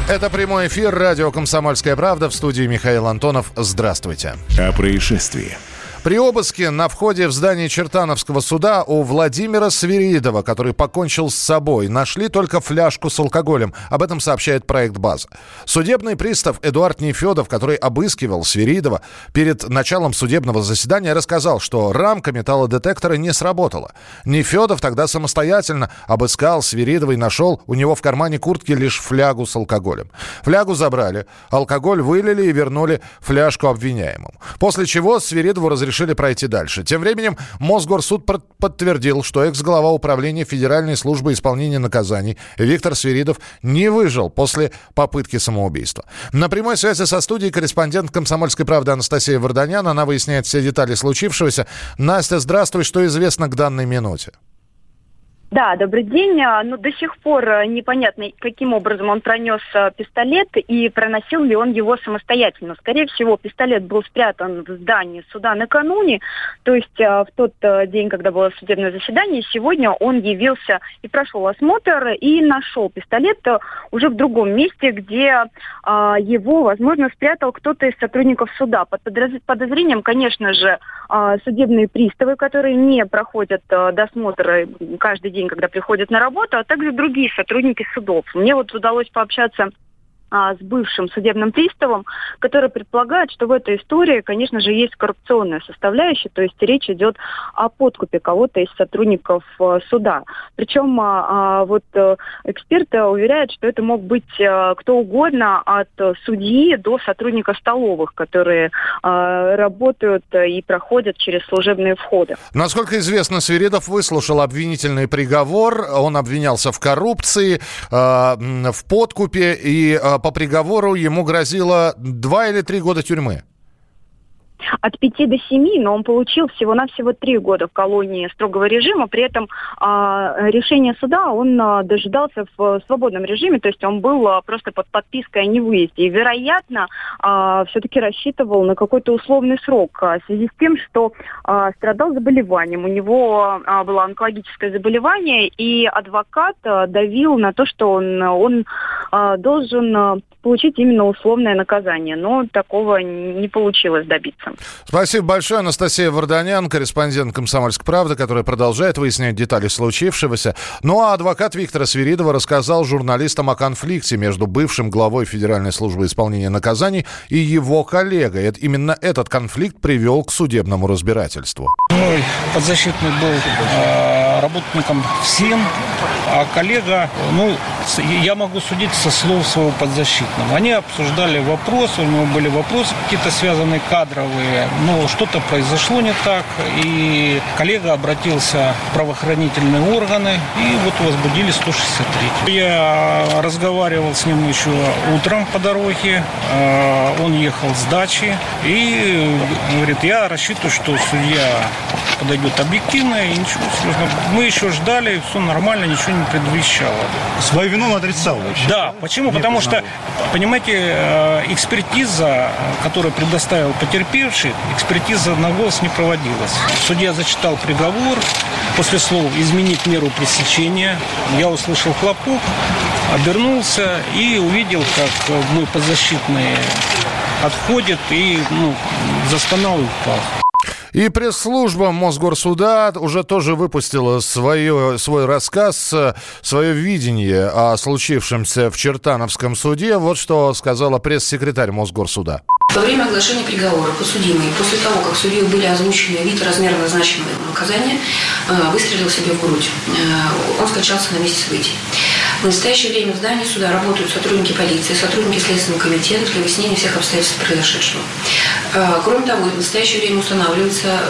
Это прямой эфир радио «Комсомольская правда», в студии Михаил Антонов. Здравствуйте. О происшествии. При обыске на входе в здание Чертановского суда у Владимира Свиридова, который покончил с собой, нашли только фляжку с алкоголем. Об этом сообщает проект «База». Судебный пристав Эдуард Нефедов, который обыскивал Свиридова перед началом судебного заседания, рассказал, что рамка металлодетектора не сработала. Нефедов тогда самостоятельно обыскал Свиридова и нашел у него в кармане куртки лишь флягу с алкоголем. Флягу забрали, алкоголь вылили и вернули фляжку обвиняемому. После чего Свиридову разрешили пройти дальше. Тем временем Мосгорсуд подтвердил, что экс-глава управления Федеральной службы исполнения наказаний Виктор Свиридов не выжил после попытки самоубийства. На прямой связи со студией корреспондент «Комсомольской правды» Анастасия Варданян. Она выясняет все детали случившегося. Настя, здравствуй. Что известно к данной минуте? Да, добрый день. До сих пор непонятно, каким образом он пронес пистолет и проносил ли он его самостоятельно. Скорее всего, пистолет был спрятан в здании суда накануне, то есть в тот день, когда было судебное заседание. Сегодня он явился и прошел осмотр и нашел пистолет уже в другом месте, где его, возможно, спрятал кто-то из сотрудников суда. Под подозрением, конечно же, судебные приставы, которые не проходят досмотр каждый день, когда приходят на работу, а также другие сотрудники судов. Мне удалось пообщаться с бывшим судебным приставом, который предполагает, что в этой истории, конечно же, есть коррупционная составляющая, то есть речь идет о подкупе кого-то из сотрудников суда. Причем эксперты уверяют, что это мог быть кто угодно, от судьи до сотрудника столовых, которые работают и проходят через служебные входы. Насколько известно, Свиридов выслушал обвинительный приговор. Он обвинялся в коррупции, в подкупе, и по приговору ему грозило 2 или 3 года тюрьмы. От 5 до 7, но он получил всего-навсего 3 года в колонии строгого режима. При этом решение суда он дожидался в свободном режиме, то есть он был просто под подпиской о невыезде. И, вероятно, все-таки рассчитывал на какой-то условный срок в связи с тем, что страдал заболеванием. У него было онкологическое заболевание, и адвокат давил на то, что он должен получить именно условное наказание. Но такого не получилось добиться. Спасибо большое. Анастасия Варданян, корреспондент «Комсомольской правды», которая продолжает выяснять детали случившегося. Ну а адвокат Виктора Свиридова рассказал журналистам о конфликте между бывшим главой Федеральной службы исполнения наказаний и его коллегой. Именно этот конфликт привел к судебному разбирательству. Мой подзащитный был работником ФСИН, а коллега, я могу судить со слов своего подзащитного. Они обсуждали вопросы, у него были вопросы какие-то связанные кадровые, но что-то произошло не так, и коллега обратился в правоохранительные органы, и вот возбудили 163. Я разговаривал с ним еще утром по дороге, он ехал с дачи, и говорит, я рассчитываю, что судья подойдет объективно, и ничего серьезного. Мы еще ждали, все нормально, ничего не предвещало. Свою вину он отрицал вообще? Да, почему? Потому что, понимаете, экспертиза, которую предоставил потерпевший, экспертиза на голос не проводилась. Судья зачитал приговор, после слов «изменить меру пресечения». Я услышал хлопок, обернулся и увидел, как мой подзащитный отходит и застонал и упал. И пресс-служба Мосгорсуда уже тоже выпустила свой рассказ, свое видение о случившемся в Чертановском суде. Вот что сказала пресс-секретарь Мосгорсуда. Во время оглашения приговора подсудимый, после того, как судьей были озвучены вид и размер назначенного наказания, выстрелил себе в грудь. Он скончался на месте событий. В настоящее время в здании суда работают сотрудники полиции, сотрудники Следственного комитета для выяснения всех обстоятельств произошедшего. Кроме того, в настоящее время устанавливается,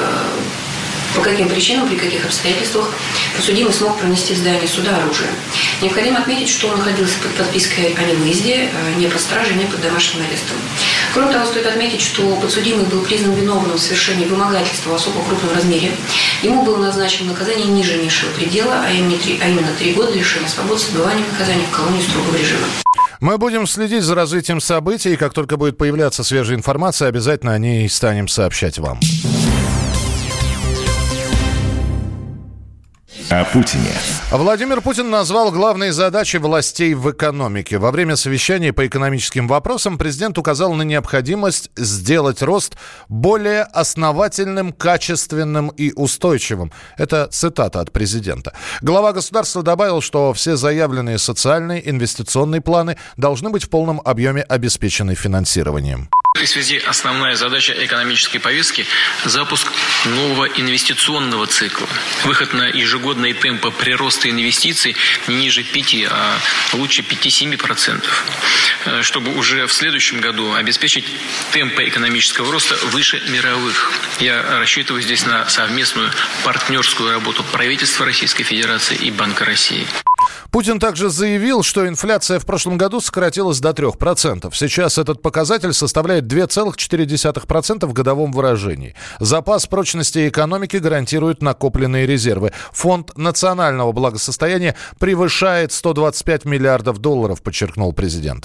по каким причинам, при каких обстоятельствах подсудимый смог пронести в здание суда оружие. Необходимо отметить, что он находился под подпиской о невыезде, не под стражей, не под домашним арестом. Кроме того, стоит отметить, что подсудимый был признан виновным в совершении вымогательства в особо крупном размере. Ему было назначено наказание ниже низшего предела, а именно 3 года лишения свободы с отбыванием наказания в колонии строгого режима. Мы будем следить за развитием событий, и как только будет появляться свежая информация, обязательно о ней станем сообщать вам. О Путине. Владимир Путин назвал главные задачи властей в экономике. Во время совещания по экономическим вопросам президент указал на необходимость сделать рост более основательным, качественным и устойчивым. Это цитата от президента. Глава государства добавил, что все заявленные социальные инвестиционные планы должны быть в полном объеме обеспечены финансированием. В этой связи основная задача экономической повестки – запуск нового инвестиционного цикла. Выход на ежегодные темпы прироста инвестиций не ниже 5, а лучше 5-7%, чтобы уже в следующем году обеспечить темпы экономического роста выше мировых. Я рассчитываю здесь на совместную партнерскую работу правительства Российской Федерации и Банка России. Путин также заявил, что инфляция в прошлом году сократилась до 3%. Сейчас этот показатель составляет 2,4% в годовом выражении. Запас прочности экономики гарантирует накопленные резервы. Фонд национального благосостояния превышает $125 миллиардов, подчеркнул президент.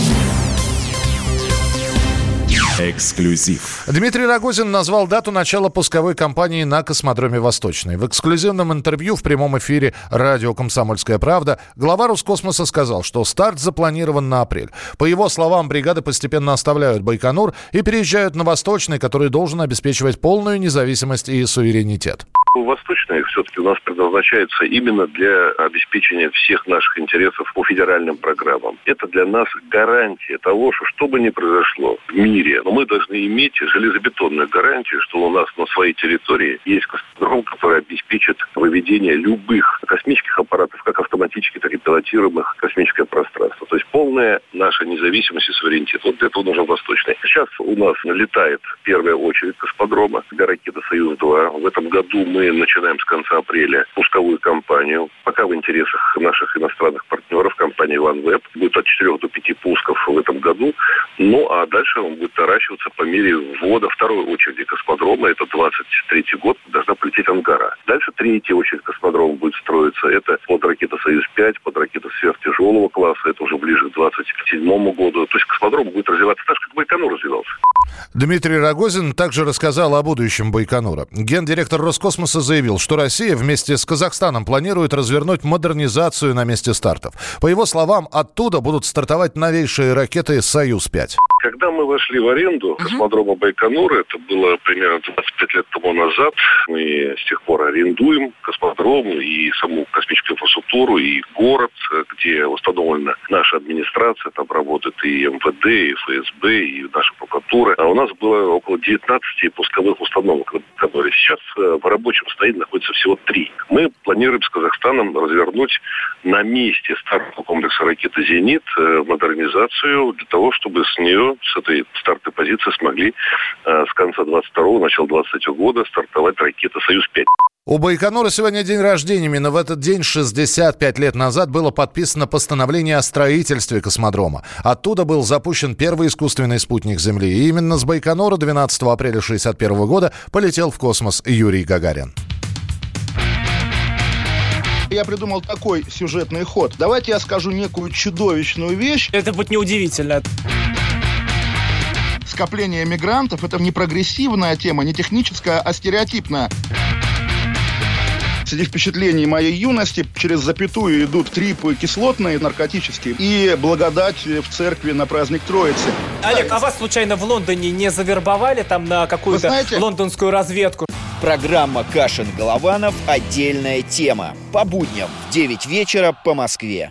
Эксклюзив. Дмитрий Рогозин назвал дату начала пусковой кампании на космодроме «Восточный». В эксклюзивном интервью в прямом эфире радио «Комсомольская правда» глава Роскосмоса сказал, что старт запланирован на апрель. По его словам, бригады постепенно оставляют Байконур и переезжают на «Восточный», который должен обеспечивать полную независимость и суверенитет. Восточный все-таки у нас предназначается именно для обеспечения всех наших интересов по федеральным программам. Это для нас гарантия того, что бы ни произошло в мире, но мы должны иметь железобетонную гарантию, что у нас на своей территории есть космодром, который обеспечит выведение любых космических аппаратов, как автоматически, так и пилотируемых, в космическое пространство. То есть полная наша независимость и суверенитет. Вот для этого нужен Восточный. Сейчас у нас летает первая очередь космодрома для ракеты «Союз-2». В этом году мы начинаем с конца апреля пусковую кампанию. Пока в интересах наших иностранных партнеров, компании OneWeb, будет от 4 до 5 пусков в этом году. Ну, а дальше он будет наращиваться по мере ввода второй очереди космодрома. Это 23-й год, должна полететь «Ангара». Дальше третья очередь космодрома будет строиться. Это под ракета «Союз-5», под ракета сверхтяжелого класса. Это уже ближе к 27-му году. То есть космодром будет развиваться так же, как Байконур развивался. Дмитрий Рогозин также рассказал о будущем Байконура. Гендиректор Роскосмоса заявил, что Россия вместе с Казахстаном планирует развернуть модернизацию на месте стартов. По его словам, оттуда будут стартовать новейшие ракеты «Союз-5». Когда мы вошли в аренду космодрома Байконура, это было примерно 25 лет тому назад, мы с тех пор арендуем космодром и саму космическую инфраструктуру, и город, где установлена наша администрация, там работает и МВД, и ФСБ, и наша прокуратура. А у нас было около 19 пусковых установок на Байконуре. Сейчас в рабочем состоянии находится всего 3. Мы планируем с Казахстаном развернуть на месте стартового комплекса ракеты «Зенит» модернизацию для того, чтобы с нее, с этой стартовой позиции смогли с конца 22-го, начала 23-го года стартовать ракета «Союз-5». У Байконура сегодня день рождения. Именно в этот день 65 лет назад было подписано постановление о строительстве космодрома. Оттуда был запущен первый искусственный спутник Земли. И именно с Байконура 12 апреля 1961 года полетел в космос Юрий Гагарин. Я придумал такой сюжетный ход. Давайте я скажу некую чудовищную вещь. Это будет неудивительно. Скопление мигрантов – это не прогрессивная тема, не техническая, а стереотипная. Среди впечатлений моей юности через запятую идут трипы кислотные, наркотические, и благодать в церкви на праздник Троицы. Олег, а вас случайно в Лондоне не завербовали там на какую-то лондонскую разведку? Программа «Кашин-Голованов. Отдельная тема». По будням в 9 вечера по Москве.